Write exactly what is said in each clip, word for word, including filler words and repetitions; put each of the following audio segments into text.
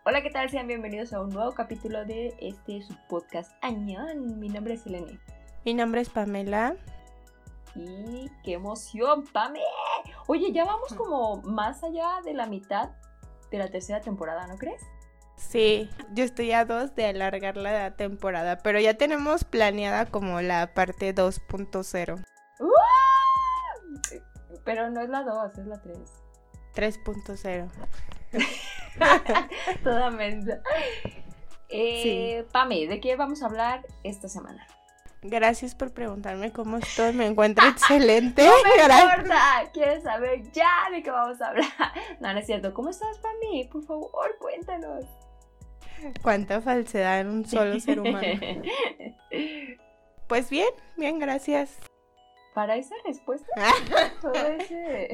Hola, ¿qué tal? Sean bienvenidos a un nuevo capítulo de este su podcast Añón. Mi nombre es Eleni. Mi nombre es Pamela. Y qué emoción, Pame. Oye, ya vamos como más allá de la mitad de la tercera temporada, ¿no crees? Sí, yo estoy a dos de alargar la temporada, pero ya tenemos planeada como la parte dos punto cero. ¡Uh! Pero no es la dos, es la tres. tres punto cero. Toda mensa. Eh, Sí. Pame, ¿de qué vamos a hablar esta semana? Gracias por preguntarme cómo estoy, me encuentro excelente. ¡No me Gracias. importa! ¿Quieres saber ya de qué vamos a hablar? No, no es cierto. ¿Cómo estás, Pame? Por favor, cuéntanos. Cuánta falsedad en un solo ser humano. Pues bien, bien, gracias. Para esa respuesta, todo ese...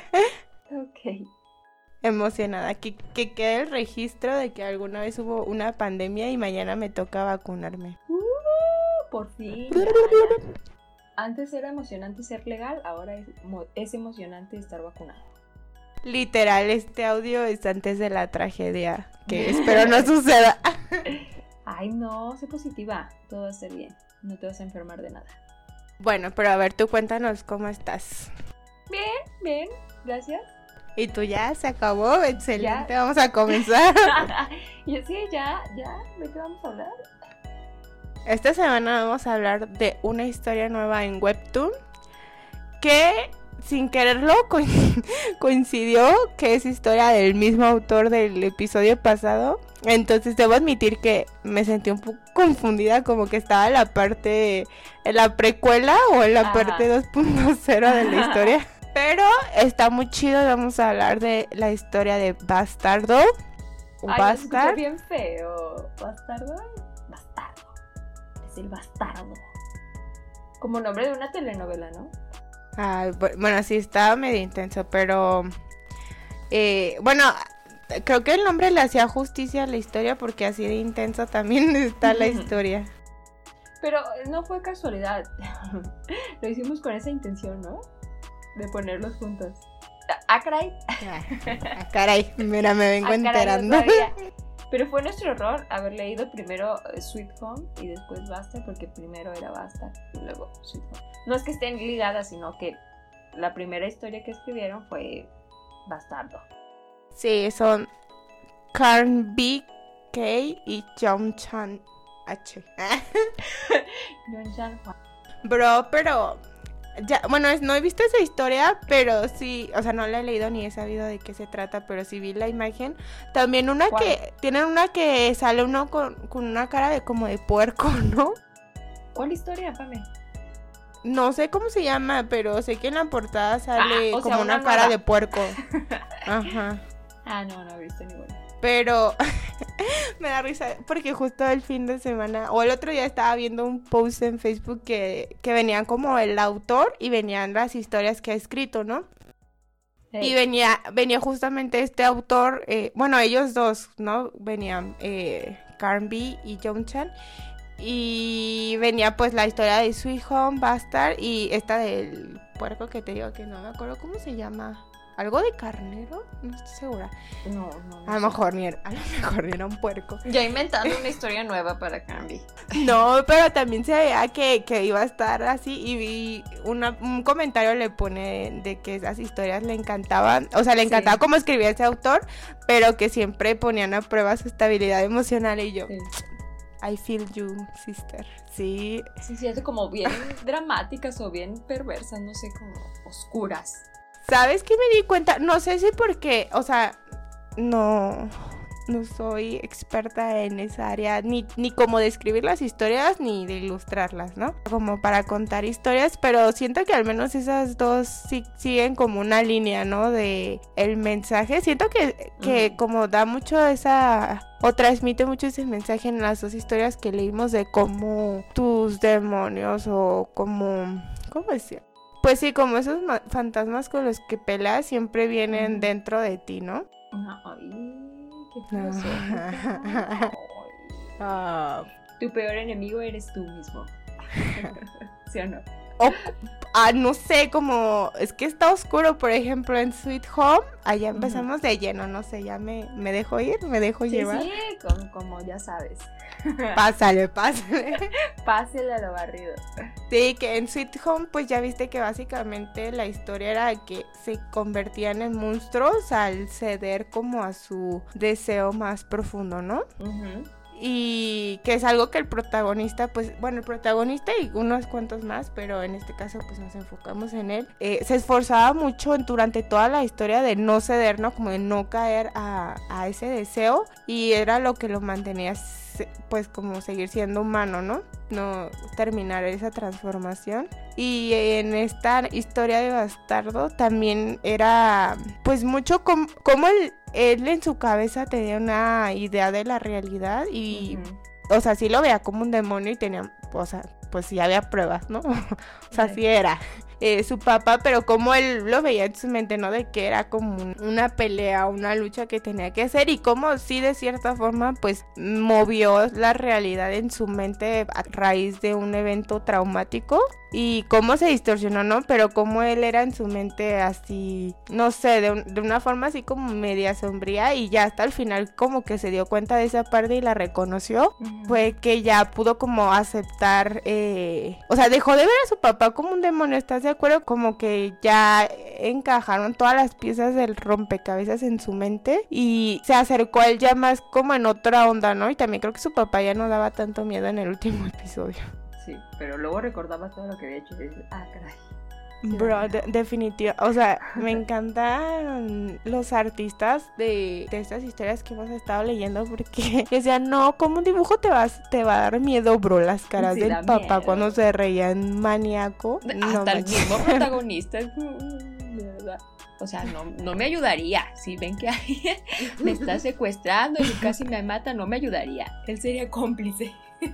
Ok. Emocionada, que, que quede el registro de que alguna vez hubo una pandemia y mañana me toca vacunarme. Uh, por fin. Ya, ya. Antes era emocionante ser legal, ahora es, es emocionante estar vacunado. Literal, este audio es antes de la tragedia, que espero no suceda. Ay, no, sé positiva. Todo va a estar bien. No te vas a enfermar de nada. Bueno, pero a ver, tú cuéntanos cómo estás. Bien, bien, gracias. ¿Y tú ya? ¿Se acabó? Excelente, Ya. vamos a comenzar. Y así, ya, ya, ¿de qué vamos a hablar? Esta semana vamos a hablar de una historia nueva en Webtoon que sin quererlo co- coincidió que es historia del mismo autor del episodio pasado. Entonces debo admitir que me sentí un poco confundida, como que estaba en la parte, en la precuela o en la Ajá. parte dos punto cero de la historia. Pero está muy chido, vamos a hablar de la historia de Bastardo. O Ay, se escucha Bastard. bien feo. ¿Bastardo? Bastardo. Es el bastardo. Como nombre de una telenovela, ¿no? Ay, bu- bueno, sí, estaba medio intenso, pero... eh, bueno, creo que el nombre le hacía justicia a la historia porque así de intensa también está la historia. Pero no fue casualidad. Lo hicimos con esa intención, ¿no? De ponerlos juntos. Ah, caray. Ah, caray, mira, me vengo Ah, caray, no enterando. sabía. Pero fue nuestro error haber leído primero eh, Sweet Home y después Bastard, porque primero era Bastard y luego Sweet Home. No es que estén ligadas, sino que la primera historia que escribieron fue Bastardo. Sí, son Karn B K y Jung Chan H. Yeon-chan Hwa. Bro, pero... Ya, bueno, es- no he visto esa historia, pero sí, o sea, no la he leído ni he sabido de qué se trata, pero sí vi la imagen. También una ¿Cuál? que, tienen una que sale uno con, con una cara de como de puerco, ¿no? ¿Cuál historia, Pame? No sé cómo se llama, pero sé que en la portada sale Ah, o sea, como una una cara nueva. de puerco. Ajá. Ah, no, no he visto ninguna. Pero me da risa porque justo el fin de semana o el otro día estaba viendo un post en Facebook que, que venían como el autor y venían las historias que ha escrito, ¿no? Hey. Y venía, venía justamente este autor, eh, bueno, ellos dos, ¿no? Venían eh, Karn B y Jung Chan. Y venía pues la historia de Sweet Home, Bastard y esta del puerco que te digo que no me acuerdo cómo se llama. ¿Algo de carnero? No estoy segura. No, no, no A lo sé. mejor ni era, a lo mejor ni era un puerco. Ya inventando una historia nueva para Candy. No, pero también se veía que, que iba a estar así y vi una, un comentario le pone de que esas historias le encantaban, o sea, le encantaba Sí. cómo escribía ese autor, pero que siempre ponían a prueba su estabilidad emocional y yo, Sí. I feel you, sister. Sí, Sí, sí, es como bien dramáticas o bien perversas, no sé, como oscuras. ¿sabes qué me di cuenta? No sé si porque, o sea, no, no soy experta en esa área, ni, ni como de escribir las historias, ni de ilustrarlas, ¿no? Como para contar historias, pero siento que al menos esas dos sí, siguen como una línea, ¿no? De el mensaje. Siento que, que Ujú. como da mucho esa... o transmite mucho ese mensaje en las dos historias que leímos de cómo tus demonios o como... ¿Cómo decía? Pues sí, como esos ma- fantasmas con los que peleas siempre vienen Ujú. dentro de ti, ¿no? Ay, qué filosófica. Ay. Ah, Tu peor enemigo eres tú mismo. ¿Sí o no? O, ah, no sé, como, es que está oscuro, por ejemplo, en Sweet Home, allá empezamos uh-huh. de lleno, no sé, ya me, me dejo ir, me dejo sí, llevar. Sí, como, como ya sabes. Pásale, pásale. Pásale a lo barrido. Sí, que en Sweet Home, pues ya viste que básicamente la historia era que se convertían en monstruos al ceder como a su deseo más profundo, ¿no? Uh-huh. Y que es algo que el protagonista, pues, bueno, el protagonista y unos cuantos más, pero en este caso pues nos enfocamos en él, eh, se esforzaba mucho durante toda la historia de no ceder, ¿no? Como de no caer a, a ese deseo, y era lo que lo mantenía pues como seguir siendo humano, ¿no? No terminar esa transformación. Y en esta historia de Bastardo también era pues mucho com- como él, él en su cabeza tenía una idea de la realidad y uh-huh. o sea, sí lo veía como un demonio y tenía, o sea, pues sí había pruebas, ¿no? O sea, sí era eh, su papá, pero como él lo veía en su mente, ¿no? De que era como un, una pelea, una lucha que tenía que hacer, y como sí de cierta forma pues movió la realidad en su mente a raíz de un evento traumático, y cómo se distorsionó, ¿no? Pero como él era en su mente así, no sé, de, un, de una forma así como media sombría, y ya hasta el final como que se dio cuenta de esa parte y la reconoció, uh-huh. fue que ya pudo como aceptar, eh, o sea, dejó de ver a su papá como un demonio, ¿estás de acuerdo? Como que ya encajaron todas las piezas del rompecabezas en su mente y se acercó a él ya más como en otra onda, ¿no? Y también creo que su papá ya no daba tanto miedo en el último episodio. Sí, pero luego recordaba todo lo que había hecho y dices, ah, caray. Bro, de- definitivo, o sea, me encantan los artistas de, de estas historias que hemos estado leyendo, porque decían, no, como un dibujo te vas, te va a dar miedo, bro, las caras sí, del papá miedo. Cuando se reían maníaco. Hasta no el mismo protagonista, de verdad. O sea, no, no me ayudaría. Si ven que alguien me está secuestrando y casi me mata, no me ayudaría. Él sería cómplice.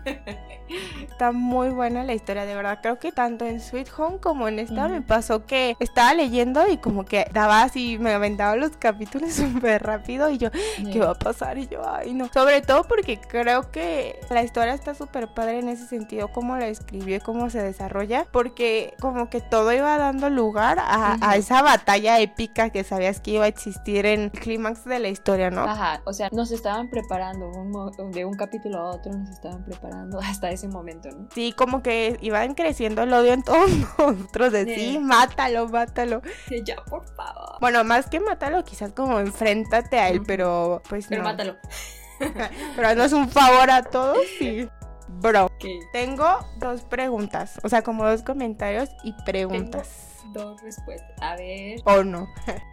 Está muy buena la historia, de verdad. Creo que tanto en Sweet Home como en esta uh-huh. me pasó que estaba leyendo y como que daba así, me aventaba los capítulos súper rápido y yo, yeah. ¿qué va a pasar? Y yo, ay no. Sobre todo porque creo que la historia está súper padre en ese sentido, cómo la escribió y cómo se desarrolla, porque como que todo iba dando lugar a, uh-huh. a esa batalla épica que sabías que iba a existir en el clímax de la historia, ¿no? Ajá, o sea, nos estaban preparando un, de un capítulo a otro, nos estaban preparando hasta ese momento, ¿no? Sí, como que iban creciendo el odio en todos nosotros de sí, mátalo, mátalo. Sí, ya, por favor. Bueno, más que mátalo, quizás como enfréntate a él, uh-huh. pero pues pero no. Pero mátalo. Pero haznos un favor a todos, sí. Bro, okay. Tengo dos preguntas, o sea, como dos comentarios y preguntas. Tengo dos respuestas, a ver. O no.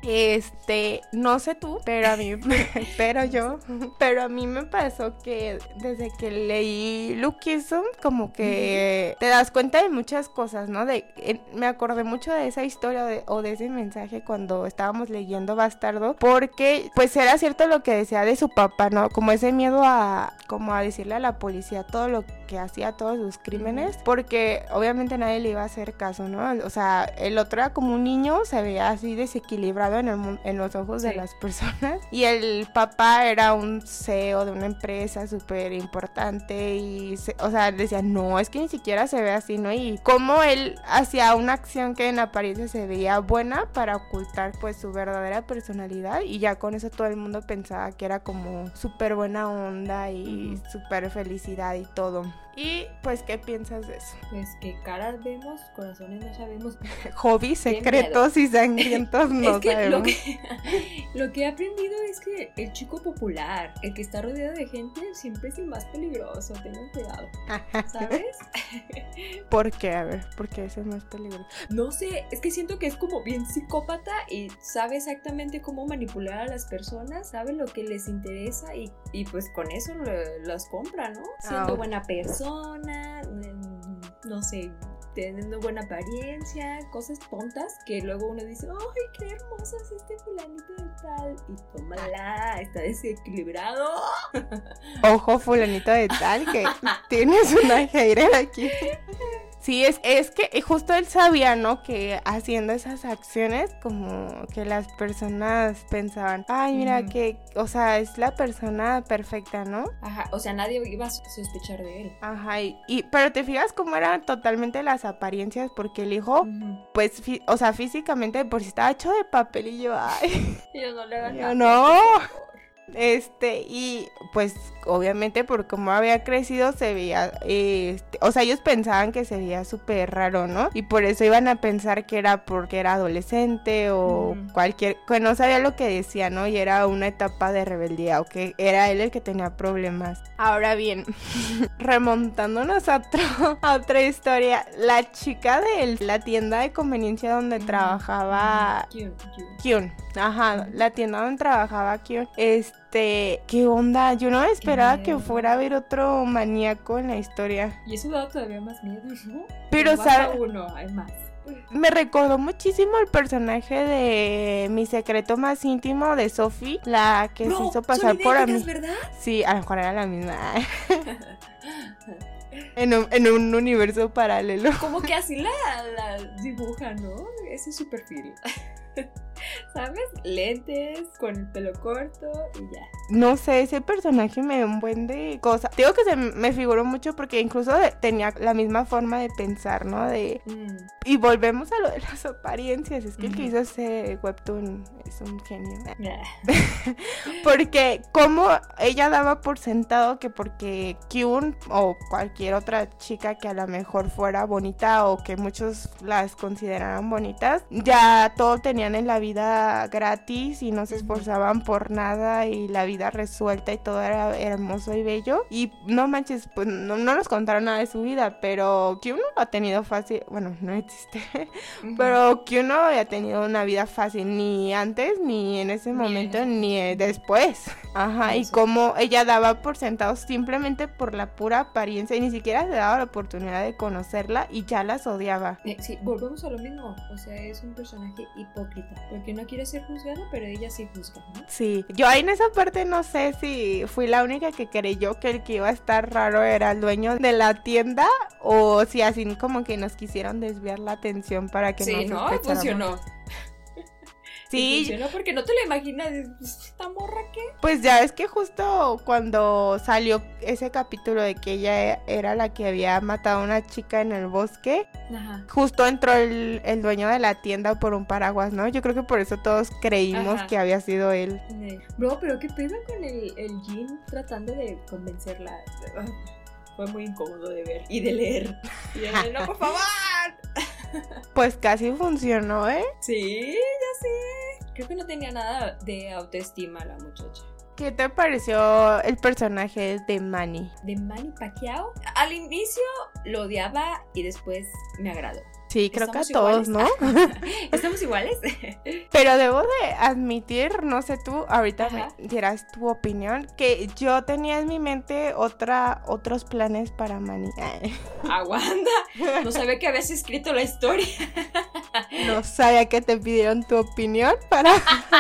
Este, no sé tú, pero a mí, pero yo, pero a mí me pasó que desde que leí Lookism, como que te das cuenta de muchas cosas, ¿no? De, eh, me acordé mucho de esa historia de, o de ese mensaje cuando estábamos leyendo Bastardo, porque pues era cierto lo que decía de su papá, ¿no? Como ese miedo a, como a decirle a la policía todo lo que hacía, todos sus crímenes, porque obviamente nadie le iba a hacer caso, ¿no? O sea, el otro era como un niño, se veía así desequilibrado en, el, en los ojos sí. de las personas, y el papá era un C E O de una empresa súper importante y, se, o sea, decía, no, es que ni siquiera se ve así, ¿no? Y cómo él hacía una acción que en apariencia se veía buena para ocultar pues su verdadera personalidad, y ya con eso todo el mundo pensaba que era como súper buena onda y uh-huh. súper felicidad y todo. Y pues, ¿qué piensas de eso? Pues que caras vemos, corazones no sabemos. Hobbies secretos y sangrientos no es que sabemos. Lo que, lo que he aprendido es que el chico popular, el que está rodeado de gente, siempre es el más peligroso. Tengan cuidado, ¿sabes? ¿Por qué? A ver, ¿por qué es el más peligroso? No sé, es que siento que es como bien psicópata y sabe exactamente cómo manipular a las personas, sabe lo que les interesa y, y pues con eso lo, los compra, ¿no? Siendo oh. buena persona. No sé, teniendo buena apariencia, cosas tontas que luego uno dice, ¡ay, qué hermoso es este fulanito de tal! Y tómala, está desequilibrado. Ojo, fulanito de tal, que tienes una hater aquí. Sí, es, es que justo él sabía, ¿no? Que haciendo esas acciones como que las personas pensaban, ay, mira Ujú. que, o sea, es la persona perfecta, ¿no? Ajá, o sea, nadie iba a sospechar de él. Ajá, y, y pero te fijas cómo eran totalmente las apariencias, porque el hijo, Ujú. pues, fi- o sea, físicamente por si estaba hecho de papel y yo, ay, Y yo no le hagan yo nada, no. por favor. Este, y pues obviamente por cómo había crecido se veía, este, o sea, ellos pensaban que se veía súper raro, ¿no? Y por eso iban a pensar que era porque era adolescente o Ujú. cualquier, que no sabía lo que decía, ¿no? Y era una etapa de rebeldía o que era él el que tenía problemas. Ahora bien, remontándonos a, otro- a otra historia, la chica de la tienda de conveniencia donde Ujú. trabajaba Ujú. Cute, cute. Kyun, ajá, Ujú. la tienda donde trabajaba Kyun. Este, ¿qué onda? Yo no esperaba que miedo. fuera a haber otro maníaco en la historia. Y eso da todavía más miedo, ¿no? Pero, No basta ¿sabe? uno, hay más. Me recordó muchísimo el personaje de Mi secreto más íntimo de Sophie, la que se Bro, hizo pasar son por a idénticas, mí. ¿verdad? Sí, a lo mejor era la misma. en, un, en un universo paralelo. Como que así la, la dibuja, ¿no? Ese es su perfil. ¿Sabes? Lentes, con el pelo corto y ya. No sé, ese personaje me dio un buen de cosas. Digo que se me figuró mucho porque incluso de- tenía la misma forma de pensar, ¿no? De Mm. Y volvemos a lo de las apariencias. Es que el que Ujú. hizo ese webtoon es un genio. Yeah. Porque como ella daba por sentado que porque Kyun o cualquier otra chica que a lo mejor fuera bonita o que muchos las consideraran bonitas, ya todo tenían en la vida gratis y no se Ujú. esforzaban por nada y la vida resuelta y todo era hermoso y bello. Y no manches, pues no, no nos contaron nada de su vida, pero Kyun no lo ha tenido fácil. Bueno, no existe. Ujú. Pero Kyun no había tenido una vida fácil ni antes, ni en ese Ni en momento, ese ni eh, momento. después. Ajá, y Eso. como ella daba por sentado simplemente por la pura apariencia y ni siquiera se daba la oportunidad de conocerla y ya las odiaba. Eh, sí, volvemos a lo mismo. O sea, es un personaje hipócrita. Porque no quiere ser juzgado, pero ella sí juzga, ¿no? Sí, yo ahí en esa parte no sé si fui la única que creyó que el que iba a estar raro era el dueño de la tienda o si así como que nos quisieron desviar la atención para que Sí, no no, sospecháramos. funcionó. Sí, Y funcionó porque no te lo imaginas. ¿Esta morra qué? pues ya ves que justo cuando salió ese capítulo de que ella era la que había matado a una chica en el bosque, Ajá. justo entró el, el dueño de la tienda por un paraguas, ¿no? Yo creo que por eso todos creímos Ajá. que había sido él. Eh, Bro, pero qué pedo con el, el Jin tratando de convencerla. Fue muy incómodo de ver y de leer. Y yo de, no, por favor. Pues casi funcionó, ¿eh? Sí, ya sé. Creo que no tenía nada de autoestima la muchacha. ¿Qué te pareció el personaje de Manny? De Manny Pacquiao, al inicio lo odiaba y después me agradó. Sí, creo que a ¿Estamos todos, iguales? ¿no? ¿Estamos iguales? Pero debo de admitir, no sé tú, ahorita Ajá. me dirás tu opinión, que yo tenía en mi mente otra, otros planes para Manny. Aguanta. No sabía que habías escrito la historia. No sabía que te pidieron tu opinión para...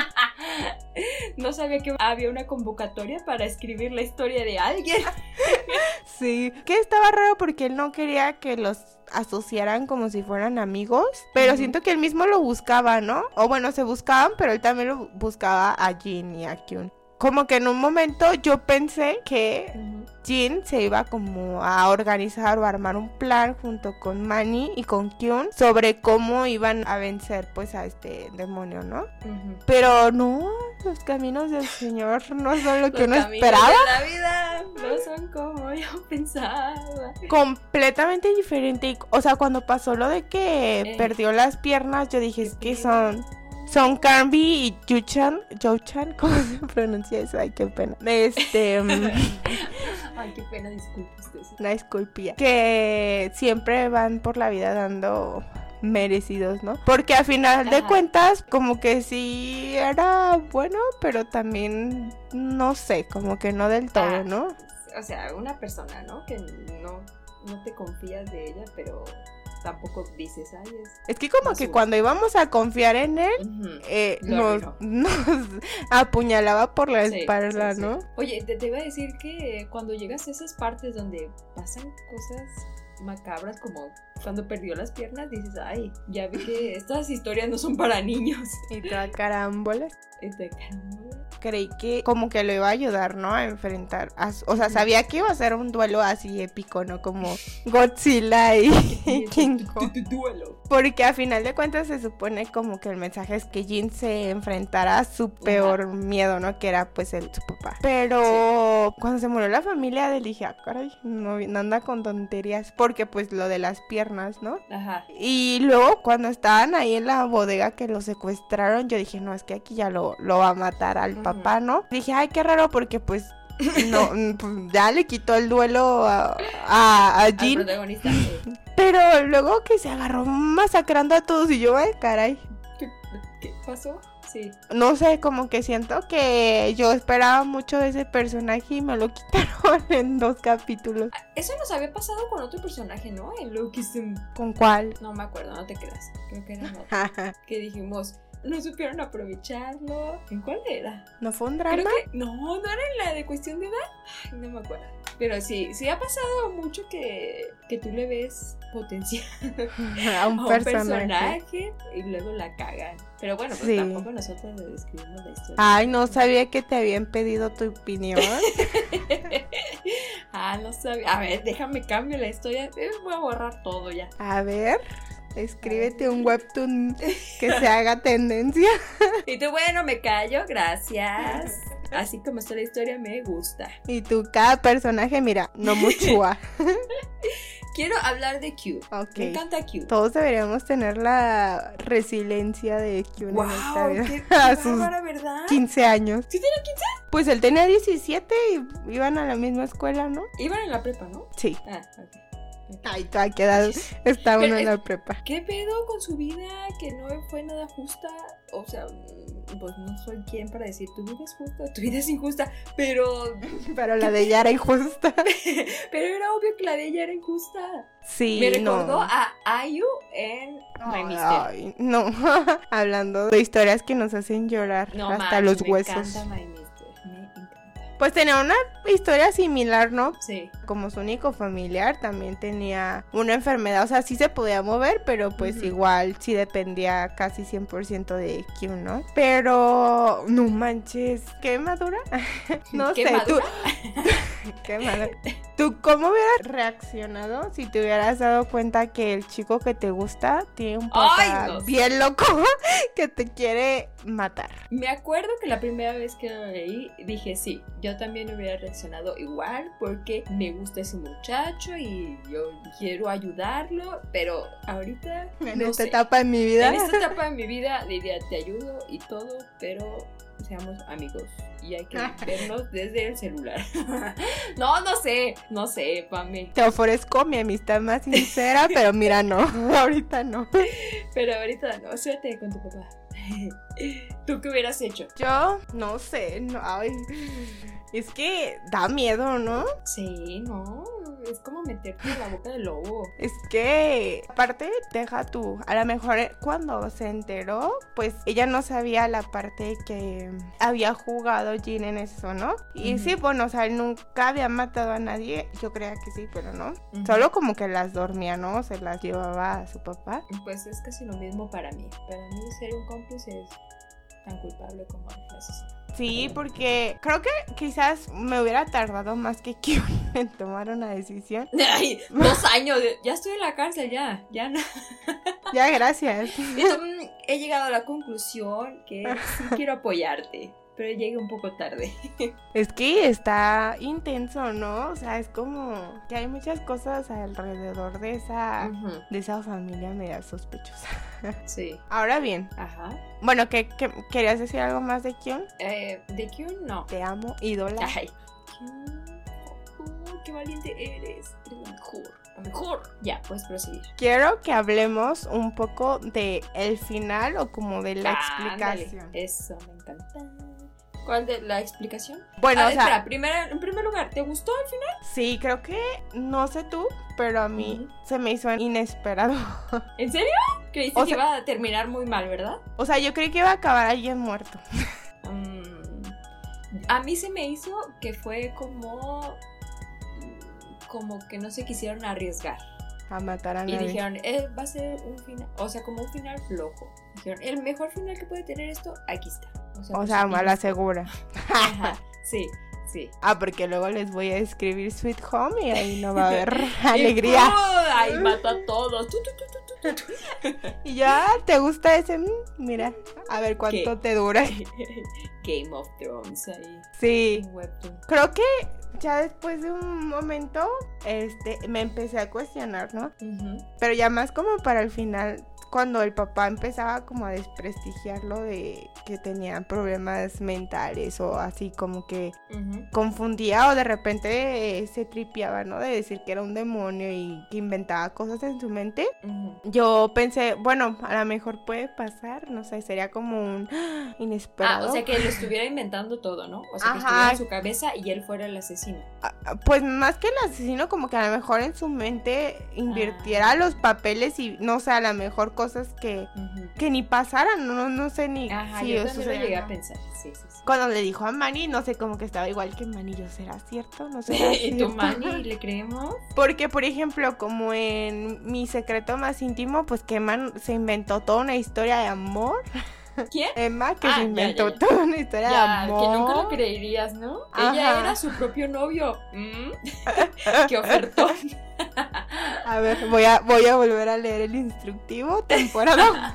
No sabía que había una convocatoria para escribir la historia de alguien. Sí, que estaba raro porque él no quería que los asociaran como si fueran amigos, pero Ujú. siento que él mismo lo buscaba, ¿no? O bueno, se buscaban, pero él también lo buscaba a Jin y a Kyun. Como que en un momento yo pensé que Ujú. Jin se iba como a organizar o a armar un plan junto con Manny y con Kyun sobre cómo iban a vencer pues a este demonio, ¿no? Ujú. Pero no, los caminos del Señor no son lo que Los uno caminos esperaba. de la vida no son como yo pensaba. Completamente diferente. Y, o sea, cuando pasó lo de que Eh. perdió las piernas, yo dije, es que pedo. son son Carby y Yuchan, Youchan, ¿cómo se pronuncia eso? Ay, qué pena. Este, mm, Ay, qué pena, disculpe usted. una disculpilla. Que siempre van por la vida dando merecidos, ¿no? Porque a final de Ajá. cuentas, como que sí era bueno, pero también, no sé, como que no del todo, Ah. ¿no? O sea, una persona, ¿no? Que no, no te confías de ella, pero tampoco dices, ay, es... Es que como que Basura. cuando íbamos a confiar en él, Ujú. eh, Lo nos, arruinó. nos apuñalaba por la Sí, espalda, sí, sí. ¿no? Oye, te, te iba a decir que cuando llegas a esas partes donde pasan cosas macabras, como cuando perdió las piernas, dices, ay, ya vi que estas historias no son para niños. Y toda carambola. Y te carambola. Creí que como que lo iba a ayudar, ¿no? A enfrentar. A, o sea, sabía que iba a ser un duelo así épico, ¿no? Como Godzilla y, y King Kong. Duelo. Porque a final de cuentas se supone como que el mensaje es que Jin se enfrentara a su peor Ajá. miedo, ¿no? Que era pues el su papá. Pero sí. cuando se murió la familia de él dije, ah, caray, no, no anda con tonterías. Porque pues lo de las piernas, ¿no? Ajá. Y luego cuando estaban ahí en la bodega que lo secuestraron, yo dije, no, es que aquí ya lo, lo va a matar al uh-huh. papá, ¿no? Dije, ay, qué raro porque pues no, pues, ya le quitó el duelo a, a, a Jin. Al protagonista. Sí. Pero luego que se agarró masacrando a todos y yo, ay, caray. ¿Qué, qué pasó? Sí. No sé, como que siento que yo esperaba mucho de ese personaje y me lo quitaron en dos capítulos. Eso nos había pasado con otro personaje, ¿no? En Loki. ¿Con cuál? No me acuerdo, no te creas. Creo que era otro. Que dijimos, no supieron aprovecharlo. ¿En cuál era? ¿No fue un drama? Creo que, no, no era en la de Cuestión de Edad. Ay, no me acuerdo. Pero sí, sí ha pasado mucho que, que tú le ves potencial a un, a un personaje. personaje y luego la cagan. Pero bueno, pues sí. tampoco nosotros le describimos la historia. Ay, no sabía que te habían pedido tu opinión. Ah, no sabía. A ver, déjame cambio la historia. Voy a borrar todo ya. A ver. Escríbete un webtoon que se haga tendencia. Y tú, bueno, me callo, gracias. Así como está la historia, me gusta. Y tú, cada personaje, mira, no mucho. Quiero hablar de Q. Okay. Me encanta Q. Todos deberíamos tener la resiliencia de Q wow, en esta vida. Qué, qué a sus bárbara, ¿verdad? quince años. ¿Sí tiene quince? Pues él tenía diecisiete y iban a la misma escuela, ¿no? Iban en la prepa, ¿no? Sí. Ah, ok. Ay, toda qué edad está uno en la prepa. ¿Qué pedo con su vida? Que no fue nada justa. O sea, pues no soy quien para decir tu vida es justa, tu vida es injusta, pero... Pero la de ella era injusta. Pero era obvio que la de ella era injusta. Sí, me recordó no. a Ayu en My Mister. Ay, no. Hablando de historias que nos hacen llorar no, hasta man, los me huesos. Me encanta My Mister, me encanta. Pues tenía una historia similar, ¿no? Sí. Como su único familiar también tenía una enfermedad, o sea, sí se podía mover, pero pues uh-huh. igual sí dependía casi cien por ciento de Q, ¿no? Pero, no manches, ¿qué madura? No ¿Qué sé, madura? tú... ¿Qué madura? ¿Tú cómo hubieras reaccionado si te hubieras dado cuenta que el chico que te gusta tiene un papá Ay, no bien sé. loco que te quiere matar? Me acuerdo que la primera vez que lo leí dije sí, yo también hubiera reaccionado igual porque me gusta ese muchacho y yo quiero ayudarlo, pero ahorita en no esta sé. etapa de mi vida En esta etapa de mi vida diría te ayudo y todo, pero seamos amigos y hay que vernos desde el celular. No, no sé, no sé, Pame. Te ofrezco mi amistad más sincera, pero mira, no, ahorita no. Pero ahorita no, suerte con tu papá. ¿Tú qué hubieras hecho? Yo, no sé, no, ay, es que da miedo, ¿no? Sí, no, es como meterte en la boca del lobo. Es que, aparte, deja tú, a lo mejor cuando se enteró, pues ella no sabía la parte que había jugado Jin en eso, ¿no? Y uh-huh. sí, bueno, o sea, él nunca había matado a nadie, yo creía que sí, pero no. Uh-huh. Solo como que las dormía, ¿no? Se las llevaba a su papá. Pues es casi lo mismo para mí. Para mí ser un cómplice es tan culpable como el asesino. Sí, porque creo que quizás me hubiera tardado más que Q en tomar una decisión. Ay, dos años, ya estoy en la cárcel, ya, ya no. Ya, gracias. Entonces, he llegado a la conclusión que sí quiero apoyarte, pero llegué un poco tarde. Es que está intenso, ¿no? O sea, es como que hay muchas cosas alrededor de esa, uh-huh. de esa familia media sospechosa. Sí. Ahora bien. Ajá. Bueno, ¿qué, qué, ¿querías decir algo más de Kyun? Eh, de Kyun, no. Te amo, ídola. Ay, Kyun, oh, qué valiente eres. Eres la mejor, la mejor. Ya, puedes proseguir. Quiero que hablemos un poco de el final o como de la ah, explicación. Ándale. Eso, me encanta. ¿Cuál de la explicación? Bueno, ah, o sea, espera, primera, en primer lugar, ¿te gustó al final? Sí, creo que, no sé tú, pero a mí uh-huh. se me hizo inesperado. ¿En serio? Creíste o que sea, iba a terminar muy mal, ¿verdad? O sea, yo creí que iba a acabar alguien muerto. um, a mí se me hizo que fue como... como que no se quisieron arriesgar. a matar a Y nadie. dijeron, eh, va a ser un final, o sea, como un final flojo. Dijeron, el mejor final que puede tener esto, aquí está. O sea, O pues, sea, y- a la segura. Ajá, sí, sí. Ah, porque luego les voy a escribir Sweet Home y ahí no va a haber alegría. Y, ¡oh! Ahí mató a todos. Tu, tu, tu, tu, tu, tu. Y ya, ¿te gusta ese? Mm, Mira, a ver cuánto ¿Qué? te dura. Game of Thrones ahí. Sí, En Webtoon. creo que ya después de un momento, este, me empecé a cuestionar, ¿no? Ujú. Pero ya más como para el final, cuando el papá empezaba como a desprestigiarlo de que tenía problemas mentales o así como que Ujú. confundía o de repente eh, se tripeaba, ¿no? De decir que era un demonio y que inventaba cosas en su mente. Ujú. Yo pensé, bueno, a lo mejor puede pasar, no sé, sería como un ¡ah! Inesperado. Ah, o sea que lo estuviera inventando todo, ¿no? O sea que Ajá. estuviera en su cabeza y él fuera el asesino. Ah, Pues más que el asesino, como que a lo mejor en su mente invirtiera Ah. los papeles y no sé, a lo mejor cosas que, Ujú. que ni pasaran, no, no sé ni Ajá, si yo eso también lo sería, llegué a ¿no? pensar. Sí, sí, sí. Cuando le dijo a Manny, no sé, como que estaba igual que Manny, yo, ¿será cierto? ¿No será ¿Y cierto? tu Manny le creemos? Porque, por ejemplo, como en Mi Secreto Más Íntimo, pues que Man se inventó toda una historia de amor. ¿Quién? Emma, que Ah, se ya, inventó ya, ya. toda una historia de Ya, amor. que nunca lo creerías, ¿no? Ajá. Ella era su propio novio. ¿Mm? ¡Qué ofertón! A ver, voy a, voy a volver a leer el instructivo, temporada.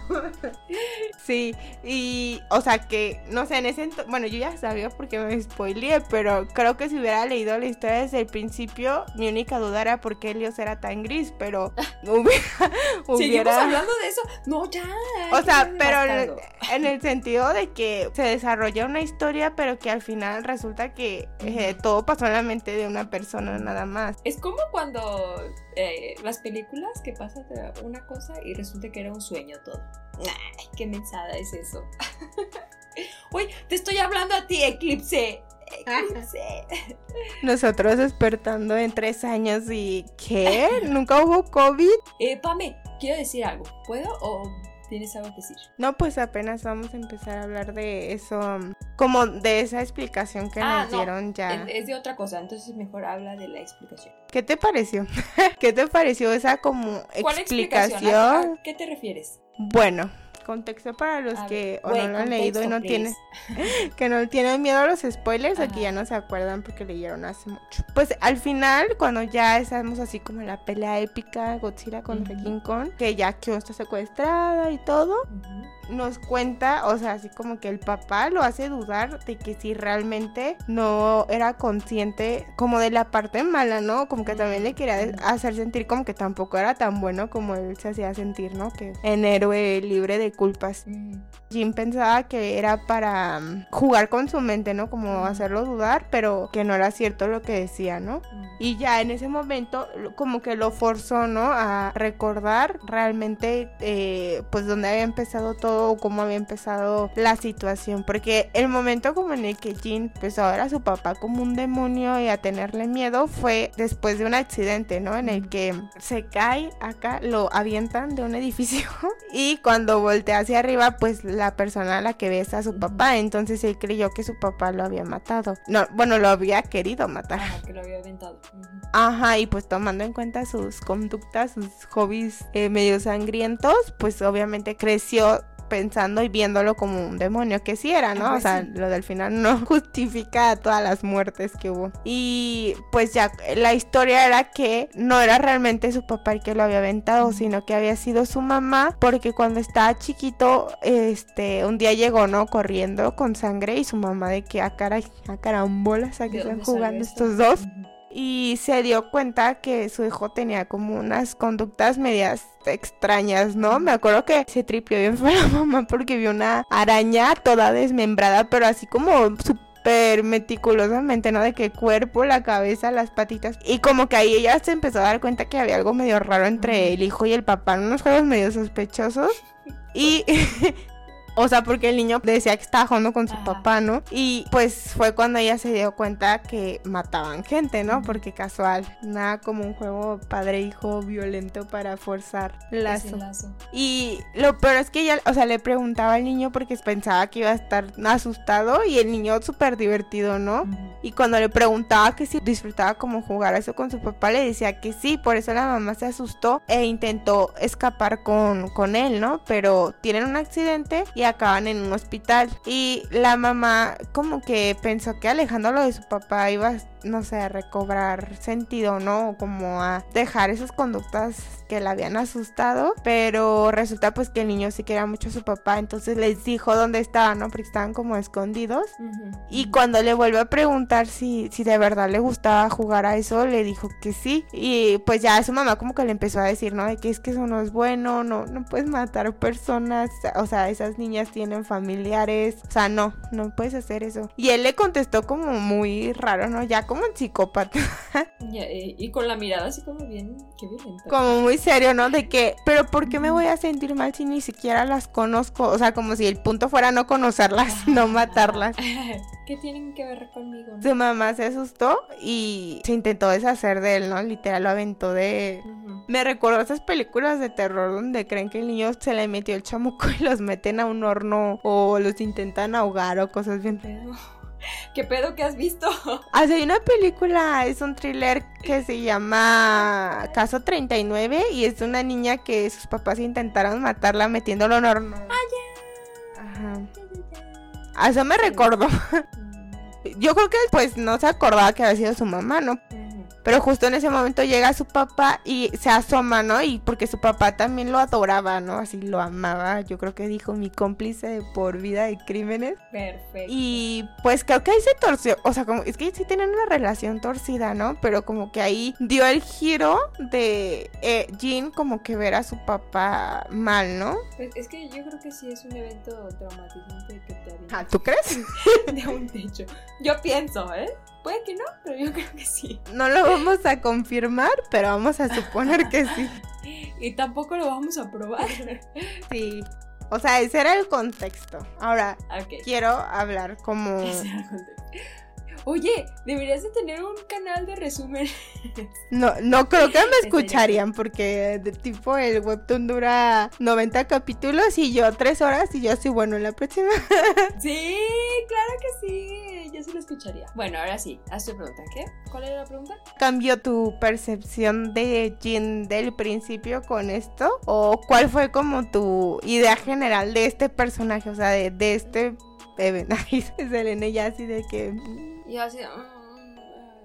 Sí, y, o sea que, no sé, en ese entonces, bueno, yo ya sabía porque me spoileé, pero creo que si hubiera leído la historia desde el principio, mi única duda era por qué Helios era tan gris, pero hubiera... Seguimos hubiera... hablando de eso. No, ya. O hay sea, que pero en bastardo. el, en el sentido de que se desarrolla una historia, pero que al final resulta que eh, todo pasó en la mente de una persona nada más. Es como cuando eh, las películas que pasa una cosa y resulta que era un sueño todo. Ay, qué mensada es eso. Uy, te estoy hablando a ti, Eclipse. Eclipse. Nosotros despertando en tres años y ¿qué? ¿Nunca hubo COVID? Eh, Pame, quiero decir algo. ¿Puedo o tienes algo que decir? No, pues apenas vamos a empezar a hablar de eso, como de esa explicación que Ah, nos no. dieron ya. Es, es de otra cosa, entonces mejor habla de la explicación. ¿Qué te pareció? ¿Qué te pareció esa como ¿Cuál explicación? explicación? ¿A, a qué te refieres? Bueno, contexto para los A que ver, o güey, no lo han leído y no contexto, tienen, please. que no tienen miedo a los spoilers o Ajá. que ya no se acuerdan porque leyeron hace mucho. Pues al final, cuando ya estamos así como en la pelea épica Godzilla contra Ujú. King Kong, que ya Kyo está secuestrada y todo, Ujú. nos cuenta, o sea, así como que el papá lo hace dudar de que si realmente no era consciente como de la parte mala, ¿no? Como que también le quería de- hacer sentir como que tampoco era tan bueno como él se hacía sentir, ¿no? Que en héroe libre de culpas. Ujú. Jim pensaba que era para mm, jugar con su mente, ¿no? Como Ujú. hacerlo dudar, pero que no era cierto lo que decía, ¿no? Ujú. Y ya en ese momento lo- como que lo forzó, ¿no? A recordar realmente eh, pues dónde había empezado todo o cómo había empezado la situación. Porque el momento como en el que Jin empezó a ver a su papá como un demonio y a tenerle miedo fue después de un accidente, ¿no? En el que se cae acá, lo avientan de un edificio y cuando voltea hacia arriba pues la persona a la que ve es a su papá. Entonces él creyó que su papá lo había matado. No, bueno, lo había querido matar. Ajá, que lo había aventado. Ujú. Ajá, y pues tomando en cuenta sus conductas, sus hobbies eh, medio sangrientos, pues obviamente creció pensando y viéndolo como un demonio que sí era, ¿no? Ajá, O sea, sí. lo del final no justifica todas las muertes que hubo. Y pues ya la historia era que no era realmente su papá el que lo había aventado, sino que había sido su mamá, porque cuando estaba chiquito, este, un día llegó, ¿no? Corriendo con sangre y su mamá de que a cara, a carambolas, a que ¿De están dónde salió jugando esto? estos dos. Ujú. Y se dio cuenta que su hijo tenía como unas conductas medias extrañas, ¿no? Me acuerdo que se tripió bien fue la mamá porque vio una araña toda desmembrada, pero así como súper meticulosamente, ¿no? De que el cuerpo, la cabeza, las patitas. Y como que ahí ella se empezó a dar cuenta que había algo medio raro entre el hijo y el papá, unos juegos medio sospechosos. Y... O sea, porque el niño decía que estaba jugando con su Ajá. papá, ¿no? Y pues fue cuando ella se dio cuenta que mataban gente, ¿no? Porque casual, nada como un juego padre-hijo violento para forzar lazo. Ese lazo. Y lo peor es que ella, o sea, le preguntaba al niño porque pensaba que iba a estar asustado y el niño súper divertido, ¿no? Ujú. Y cuando le preguntaba que si disfrutaba como jugar eso con su papá, le decía que sí, por eso la mamá se asustó e intentó escapar con, con él, ¿no? Pero tienen un accidente y acaban en un hospital. Y la mamá como que pensó que alejándolo de su papá iba a, no sé, a recobrar sentido, ¿no? O como a dejar esas conductas que la habían asustado, pero resulta pues que el niño sí quería mucho a su papá, entonces les dijo dónde estaban, ¿no? Porque estaban como escondidos. Ujú. Y cuando le vuelve a preguntar si, si de verdad le gustaba jugar a eso, le dijo que sí. Y pues ya su mamá como que le empezó a decir, ¿no? De que es que eso no es bueno, no, no puedes matar personas, o sea, esas niñas tienen familiares, o sea, no, no puedes hacer eso. Y él le contestó como muy raro, ¿no? Ya como un psicópata. Ya, eh, y con la mirada así como bien, qué violenta. Como muy serio, ¿no? De que, pero ¿por qué me voy a sentir mal si ni siquiera las conozco? O sea, como si el punto fuera no conocerlas, no matarlas. ¿Qué tienen que ver conmigo? Su mamá se asustó y se intentó deshacer de él, ¿no? Literal lo aventó de... Ujú. Me recordó esas películas de terror donde creen que el niño se le metió el chamuco y los meten a un horno o los intentan ahogar o cosas bien. Pedo. ¿Qué pedo que has visto? Ah, sí, hay una película, es un thriller que se llama Caso treinta y nueve y es una niña que sus papás intentaron matarla metiéndolo en horno. Ah, ya. Ajá. A eso me recordó. Yo creo que pues no se acordaba que había sido su mamá, ¿no? Ujú. Pero justo en ese momento llega su papá y se asoma, ¿no? Y porque su papá también lo adoraba, ¿no? Así lo amaba. Yo creo que dijo mi cómplice de por vida de crímenes. Perfecto. Y pues creo que ahí se torció. O sea, como es que sí tienen una relación torcida, ¿no? Pero como que ahí dio el giro de eh, Jean como que ver a su papá mal, ¿no? Pues es que yo creo que sí es un evento traumatizante que te avienta Ah, ¿tú crees? de un techo. Yo pienso, ¿eh? Puede que no, pero yo creo que sí. No lo vamos a confirmar, pero vamos a suponer que sí. Y tampoco lo vamos a probar. Sí. O sea, ese era el contexto. Ahora, Ok. quiero hablar como... Ese era el contexto. Oye, deberías de tener un canal de resumen. No, no creo que me serio? escucharían porque de tipo el webtoon dura noventa capítulos y yo tres horas y yo soy bueno en la próxima. Sí, claro que sí. Yo sí lo escucharía. Bueno, ahora sí, haz tu pregunta. ¿Qué? ¿Cuál era la pregunta? ¿Cambió tu percepción de Jin del principio con esto? ¿O cuál fue como tu idea general de este personaje? O sea, de, de este... Ay, Selene ya así de que... Y yo así... mm,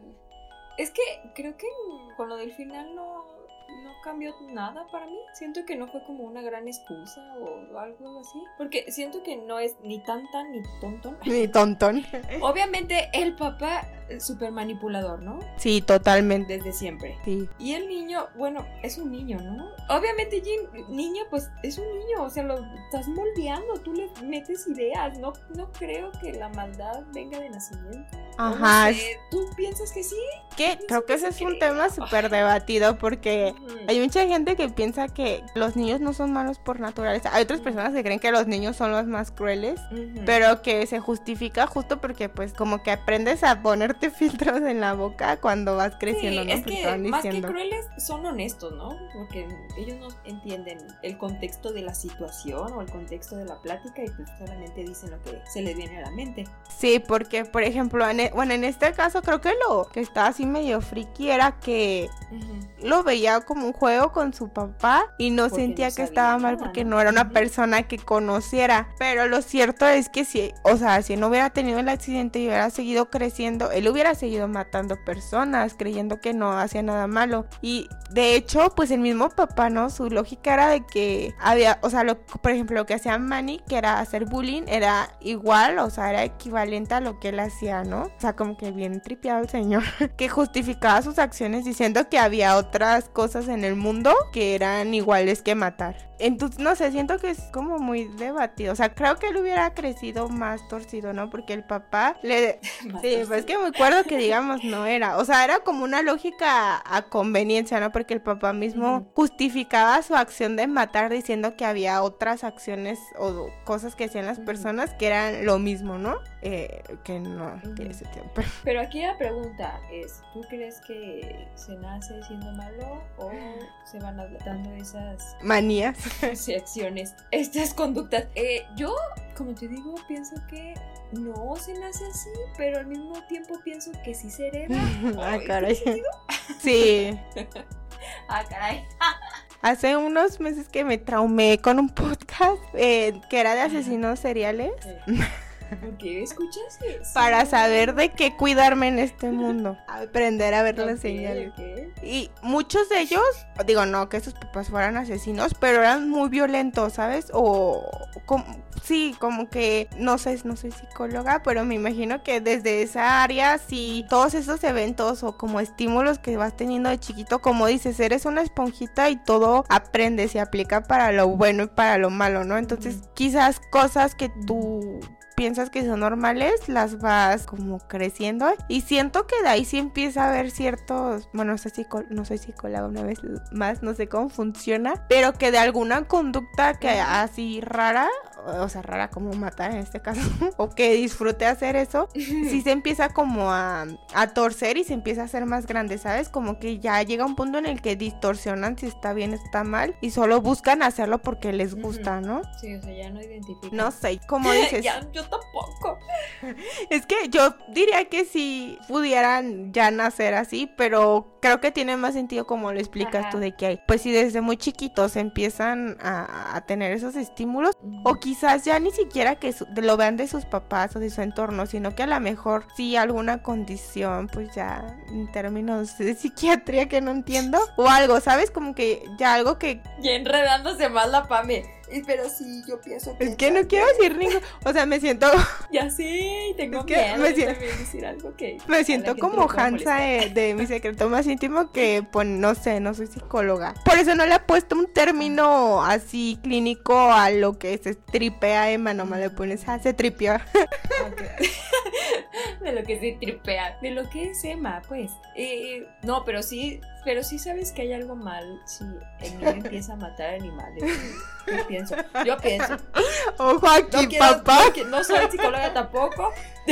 es que creo que con lo del final no, no cambió nada para mí. Siento que no fue como una gran excusa o algo así. Porque siento que no es ni tan tan ni tontón. Ni tontón. Obviamente el papá es súper manipulador, ¿no? Sí, totalmente. Desde siempre. Sí. Y el niño, bueno, es un niño, ¿no? Obviamente, Jin, niño, pues es un niño, o sea, lo estás moldeando, tú le metes ideas, no, no creo que la maldad venga de nacimiento. Ajá. No sé, ¿tú piensas que sí? Que creo que ese es un creo. tema súper debatido porque Ujú. hay mucha gente que piensa que los niños no son malos por naturaleza. Hay otras personas que creen que los niños son los más crueles, Ujú. pero que se justifica justo porque pues como que aprendes a ponerte filtros en la boca cuando vas creciendo, Sí, ¿no? es Porque que te van más que diciendo. crueles son honestos, ¿no? Porque ellos no entienden el contexto de la situación o el contexto de la plática y pues solamente dicen lo que se les viene a la mente. Sí, porque por ejemplo, en e- bueno, en este caso creo que lo que estaba así medio friki era que Ujú. lo veía como un juego con su papá y no Porque sentía no que sabía estaba mal nada, porque ¿no? no era una Ujú. persona que conociera. Pero lo cierto es que si, o sea, si no hubiera tenido el accidente y hubiera seguido creciendo, él hubiera seguido matando personas, creyendo que no hacía nada malo. Y de hecho, pues el mismo papá, ¿no? Su lógica era de que había, o sea, lo, por ejemplo, lo que hacía Manny, que era hacer bullying, era igual, o sea, era equivalente a lo que él hacía, ¿no? O sea, como que bien tripeado el señor, que justificaba sus acciones diciendo que había otras cosas en el mundo que eran iguales que matar. entonces, no sé, siento que es como muy debatido. O sea, creo que él hubiera crecido más torcido, ¿no? Porque el papá le... sí, pues es que me acuerdo que, digamos, no era. O sea, era como una lógica a conveniencia, ¿no? Porque el papá mismo uh-huh. justificaba su acción de matar diciendo que había otras acciones o cosas que hacían las uh-huh. personas que eran lo mismo, ¿no? Eh, que no uh-huh. tiene sentido. Pero... pero aquí la pregunta es, ¿tú crees que se nace siendo malo o se van adaptando esas manías? Sí, acciones, estas conductas. Eh, yo, como te digo, pienso que no se nace así, pero al mismo tiempo pienso que sí se hereda. Ah, caray. Sí. Ah, caray. Hace unos meses que me traumé con un podcast eh, que era de asesinos seriales. Sí. ¿Por qué escuchas eso? Para saber de qué cuidarme en este mundo. Aprender a ver okay, las señales. Okay. Y muchos de ellos, digo, no que sus papás fueran asesinos, pero eran muy violentos, ¿sabes? O, como, sí, como que, no sé, no soy psicóloga, pero me imagino que desde esa área, sí, todos esos eventos o como estímulos que vas teniendo de chiquito, como dices, eres una esponjita y todo aprendes y aplica para lo bueno y para lo malo, ¿no? Entonces, mm. quizás cosas que tú... piensas que son normales, las vas como creciendo y siento que de ahí sí empieza a haber ciertos, bueno, no sé si no soy psicóloga una vez más, no sé cómo funciona, pero que de alguna conducta que así rara, o sea, rara como matar en este caso, o que disfrute hacer eso, sí se empieza como a, a torcer y se empieza a hacer más grande, ¿sabes? Como que ya llega un punto en el que distorsionan si está bien, está mal y solo buscan hacerlo porque les gusta, ¿no? Sí, o sea, ya no identifican. No sé, como dices. Ya, yo tampoco. Es que yo diría que si pudieran ya nacer así, pero creo que tiene más sentido como lo explicas Ajá. tú de que hay, pues si desde muy chiquitos empiezan a, a tener esos estímulos, uh-huh. o quizás ya ni siquiera que su, lo vean de sus papás o de su entorno, sino que a lo mejor sí alguna condición, pues ya en términos de psiquiatría que no entiendo, o algo, ¿sabes? Como que ya algo que... Y enredándose más la Pame. Pero sí, yo pienso que... Es que no quiero decir ningún... O sea, me siento... Ya sí, tengo es que miedo me de siento... también decir algo que... Me siento como Hansa de, de Mi Secreto Más Íntimo que, pues, no sé, no soy psicóloga. Por eso no le he puesto un término así clínico a lo que se tripea Emma, nomás le pones, ah, se tripeó. Okay. De lo que se tripea, de lo que es Emma, pues. Eh, no, pero sí, pero sí sabes que hay algo mal si el niño empieza a matar animales. Yo pienso, yo pienso. Ojo aquí, no quiero, papá. No, no soy psicóloga tampoco.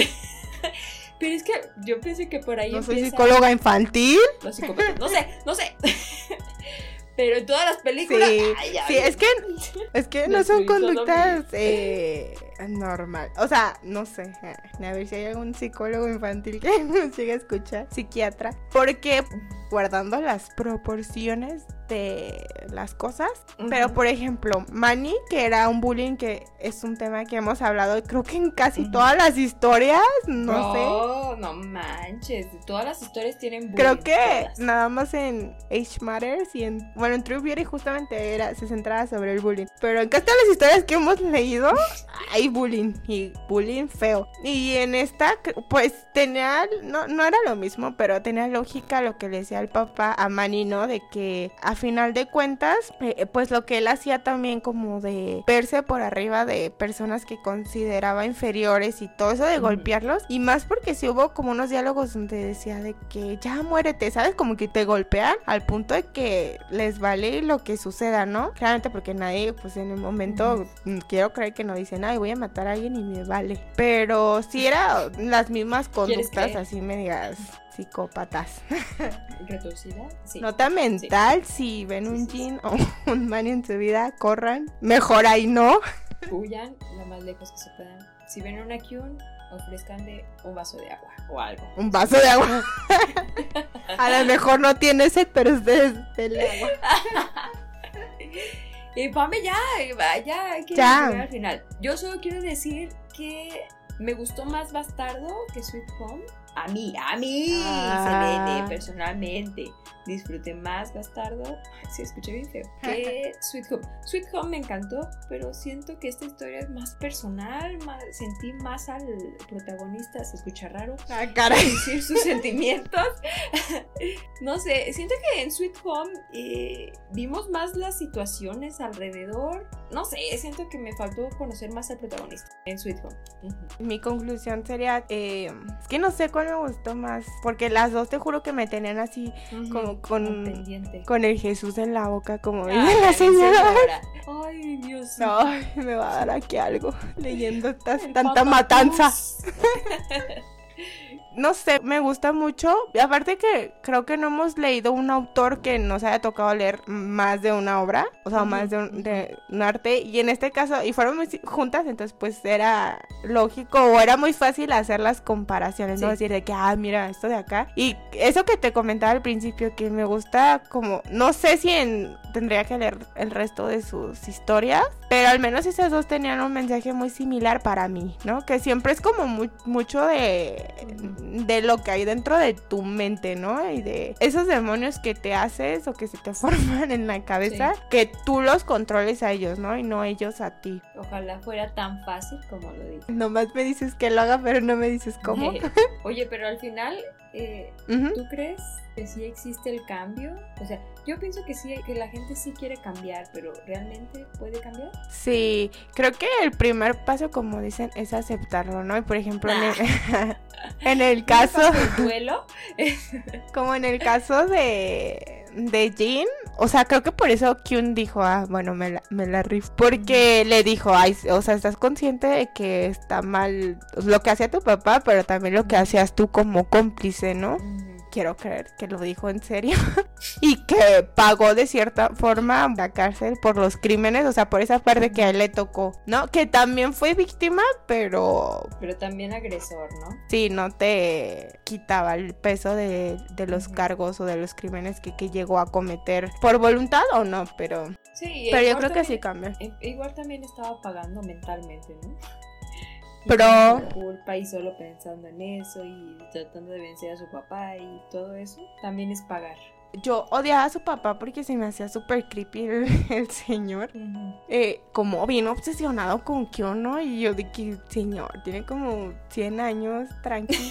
Pero es que yo pienso que por ahí ¿No empieza... soy psicóloga infantil? Los psicópatas, no sé, no sé. Pero en todas las películas... Sí, ay, ay, sí, es que, es que no son conductas eh, normal. O sea, no sé. A ver si hay algún psicólogo infantil que nos llegue a escuchar. Psiquiatra. Porque guardando las proporciones de las cosas. Uh-huh. Pero, por ejemplo, Manny, que era un bullying que es un tema que hemos hablado, creo que en casi uh-huh. todas las historias, no, no sé. No, no manches. Todas las historias tienen bullying. Creo que todas. Nada más en Age Matters y en... Bueno, en True Beauty justamente era, se centraba sobre el bullying. Pero en casi todas las historias que hemos leído, hay bullying. Y bullying feo. Y en esta, pues, tenía... No, no era lo mismo, pero tenía lógica lo que le decía el papá a Manny, ¿no? De que a final de cuentas, eh, pues lo que él hacía también como de verse por arriba de personas que consideraba inferiores y todo eso de uh-huh. golpearlos. Y más porque sí hubo como unos diálogos donde decía de que ya muérete, ¿sabes? Como que te golpean al punto de que les vale lo que suceda, ¿no? Claramente porque nadie, pues en el momento, uh-huh. quiero creer que no dicen, ay, voy a matar a alguien y me vale. Pero sí era las mismas conductas, así me digas... psicópatas. ¿Retorcida? Sí. Nota mental, sí. Si ven sí, un sí, Jin sí. o un Manny en su vida, corran. Mejor ahí no. Huyan lo más lejos que se puedan. Si ven una Kyun, ofrezcanle un vaso de agua o algo. Un vaso de agua. A lo mejor no tiene sed, pero ustedes denle agua. Y Pame ya, ya hay que ya. llegar al final. Yo solo quiero decir que me gustó más Bastardo que Sweet Home. A mí, a mí, ah. Selene, personalmente. disfruté más Bastardo, ay, sí, escuché bien feo, que Sweet Home. Sweet Home me encantó, pero siento que esta historia es más personal, más, sentí más al protagonista, se escucha raro, ah, caray, decir sus sentimientos. No sé, siento que en Sweet Home eh, vimos más las situaciones alrededor. No sé, siento que me faltó conocer más al protagonista en Sweet Home. Uh-huh. Mi conclusión sería, eh, es que no sé cuál me gustó más, porque las dos te juro que me tenían así, uh-huh, como con, con el Jesús en la boca, como dice la señora. Ay, Dios. No, me va a dar aquí algo leyendo estas, tanta matanza. No sé, me gusta mucho. Y aparte que creo que no hemos leído un autor que nos haya tocado leer más de una obra, o sea, uh-huh, más de un, de un arte. Y en este caso, y fueron muy juntas, entonces pues era lógico o era muy fácil hacer las comparaciones, sí. ¿no? Decir de que, ah, mira, esto de acá. Y eso que te comentaba al principio, que me gusta como, no sé si en, tendría que leer el resto de sus historias, pero al menos esas dos tenían un mensaje muy similar para mí, ¿no? Que siempre es como muy, mucho de... de lo que hay dentro de tu mente, ¿no? Y de esos demonios que te haces o que se te forman en la cabeza, sí. que tú los controles a ellos, ¿no? Y no ellos a ti. Ojalá fuera tan fácil como lo digo. Nomás me dices que lo haga, pero no me dices cómo. Oye, pero al final, eh, uh-huh. ¿tú crees que sí existe el cambio? O sea, yo pienso que sí, que la gente sí quiere cambiar, pero ¿realmente puede cambiar? Sí, creo que el primer paso, como dicen, es aceptarlo, ¿no? Y por ejemplo, ah. en, el, en el caso... ¿El duelo? Como en el caso de... de Jin, o sea, creo que por eso Kyun dijo, ah, bueno, me la, me la rifo, porque mm. le dijo, ay, o sea, estás consciente de que está mal lo que hacía tu papá, pero también lo que hacías tú como cómplice, ¿no? Mm. Quiero creer que lo dijo en serio y que pagó de cierta forma la cárcel por los crímenes, o sea, por esa parte que a él le tocó, ¿no? Que también fue víctima, pero... Pero también agresor, ¿no? Sí, no te quitaba el peso de, de los uh-huh. cargos o de los crímenes que, que llegó a cometer por voluntad o no, pero... Sí, pero yo creo también, que sí cambia. Igual también estaba pagando mentalmente, ¿no? Pero culpa y solo pensando en eso y tratando de vencer a su papá y todo eso también es pagar. Yo odiaba a su papá porque se me hacía súper creepy el, el señor. Uh-huh. Eh, como bien obsesionado con Kyun, ¿no? Y yo de que, señor, tiene como cien años, tranqui.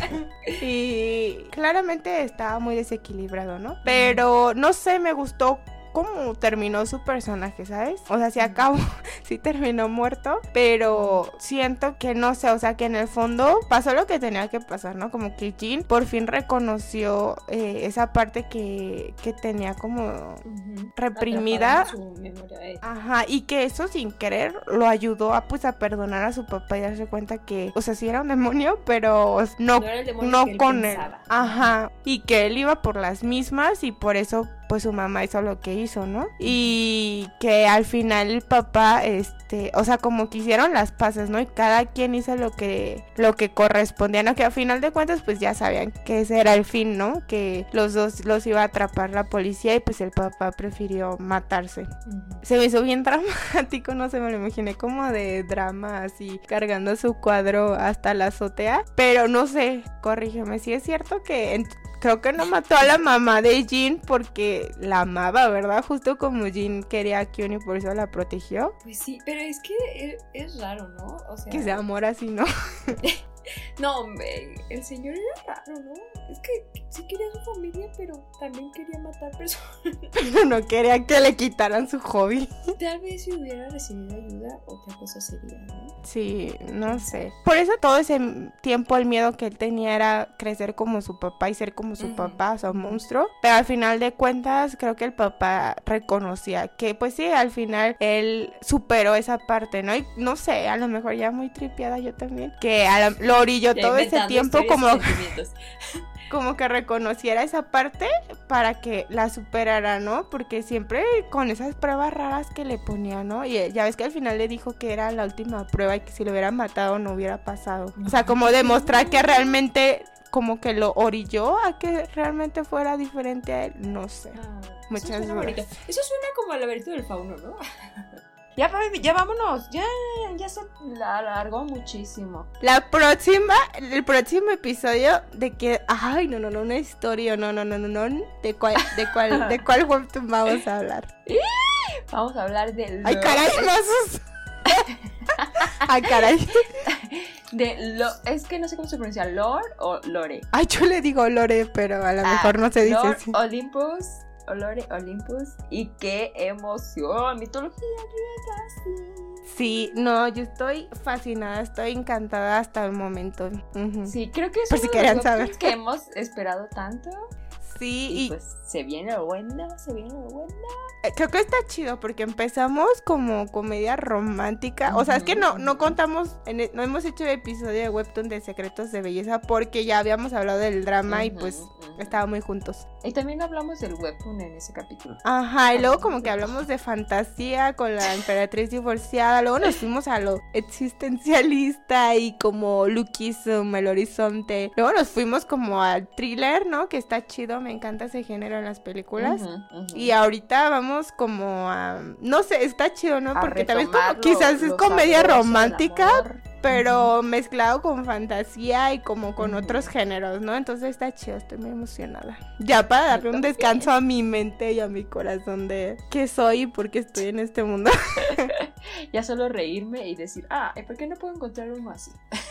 Y claramente estaba muy desequilibrado, ¿no? Pero no sé, me gustó cómo terminó su personaje, ¿sabes? O sea, sí acabó, sí terminó muerto, pero siento que no sé, o sea, que en el fondo pasó lo que tenía que pasar, ¿no? Como que Jin por fin reconoció eh, esa parte que, que tenía como uh-huh. reprimida. Su memoria, eh. Ajá, y que eso sin querer lo ayudó a pues a perdonar a su papá y darse cuenta que, o sea, sí era un demonio, pero no, no, era el demonio no que él con pensaba. él. Ajá, y que él iba por las mismas y por eso pues su mamá hizo lo que hizo, ¿no? Y que al final el papá, este, o sea, como que hicieron las paces, ¿no? Y cada quien hizo lo que, lo que correspondía, ¿no? Que al final de cuentas, pues ya sabían que ese era el fin, ¿no? Que los dos los iba a atrapar la policía y pues el papá prefirió matarse. Uh-huh. Se me hizo bien dramático, no sé, me lo imaginé como de drama, así, cargando su cuadro hasta la azotea, pero no sé, corrígeme, si es cierto que... En- Creo que no mató a la mamá de Jin porque la amaba, ¿verdad? Justo como Jin quería a Kyun y por eso la protegió. Pues sí, pero es que es, es raro, ¿no? O sea... Que sea amor así, ¿no? No, hombre, el señor era raro, ¿no? Es que sí quería a su familia, pero también quería matar personas. Pero no quería que le quitaran su hobby. Tal vez si hubiera recibido ayuda, otra cosa sería, ¿no? Sí, no sé. Por eso todo ese tiempo el miedo que él tenía era crecer como su papá y ser como su uh-huh. papá, o sea, un monstruo. Pero al final de cuentas, creo que el papá reconocía que, pues sí, al final él superó esa parte, ¿no? Y no sé, a lo mejor ya muy tripiada yo también, que a la, lo orilló todo ese tiempo como... como que reconociera esa parte para que la superara, ¿no? Porque siempre con esas pruebas raras que le ponía, ¿no? Y ya ves que al final le dijo que era la última prueba y que si lo hubieran matado no hubiera pasado. O sea, como demostrar que realmente como que lo orilló a que realmente fuera diferente a él, no sé. Ah, muchas eso, dudas. eso suena como al laberinto del fauno, ¿no? Ya, ya vámonos. Ya, ya se alargó muchísimo. La próxima, el próximo episodio de que, ay, no, no, no, una historia, no, no, no, no, no, de cuál, de cuál, de cuál webtoon vamos a hablar. Vamos a hablar de... Ay, caray, mazos. Ay, caray. De lo, es que no sé cómo se pronuncia, Lord o Lore. Ay, yo le digo Lore, pero a lo ah, mejor no se dice Lord así. Olympus, o Lore Olympus, y qué emoción, mitología griega, sí. Sí, no, yo estoy fascinada, estoy encantada hasta el momento. Uh-huh. Sí, creo que es Por uno si de los querían saber. que hemos esperado tanto. Sí, y, y pues se viene lo bueno, se viene lo bueno. Creo que está chido porque empezamos como comedia romántica. O sea, es que no, no contamos, en el, no hemos hecho el episodio de Webtoon de Secretos de Belleza porque ya habíamos hablado del drama uh-huh, y pues uh-huh. estaba muy juntos. Y también hablamos del Webtoon en ese capítulo. Ajá, y luego como que hablamos de fantasía con la emperatriz divorciada. Luego nos fuimos a lo existencialista y como Lookism, el horizonte. Luego nos fuimos como al thriller, ¿no? Que está chido, me encanta ese género en las películas. Uh-huh, uh-huh. Y ahorita vamos como a... No sé, está chido, ¿no? Porque también como quizás es comedia romántica, pero uh-huh. mezclado con fantasía y como con uh-huh. otros géneros, ¿no? Entonces está chido, estoy muy emocionada. Ya para darle un descanso a mi mente y a mi corazón de qué soy y por qué estoy en este mundo. Ya solo reírme y decir, ah, ¿por qué no puedo encontrar uno así?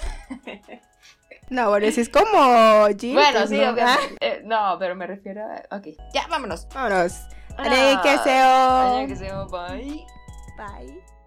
No, bueno, si es como Jean, bueno, pues sí, no. obviamente. Eh, no, pero me refiero a... Ok, ya, vámonos. Vámonos. Ah, 안녕히 계세요. 안녕히 계세요. Bye. Bye.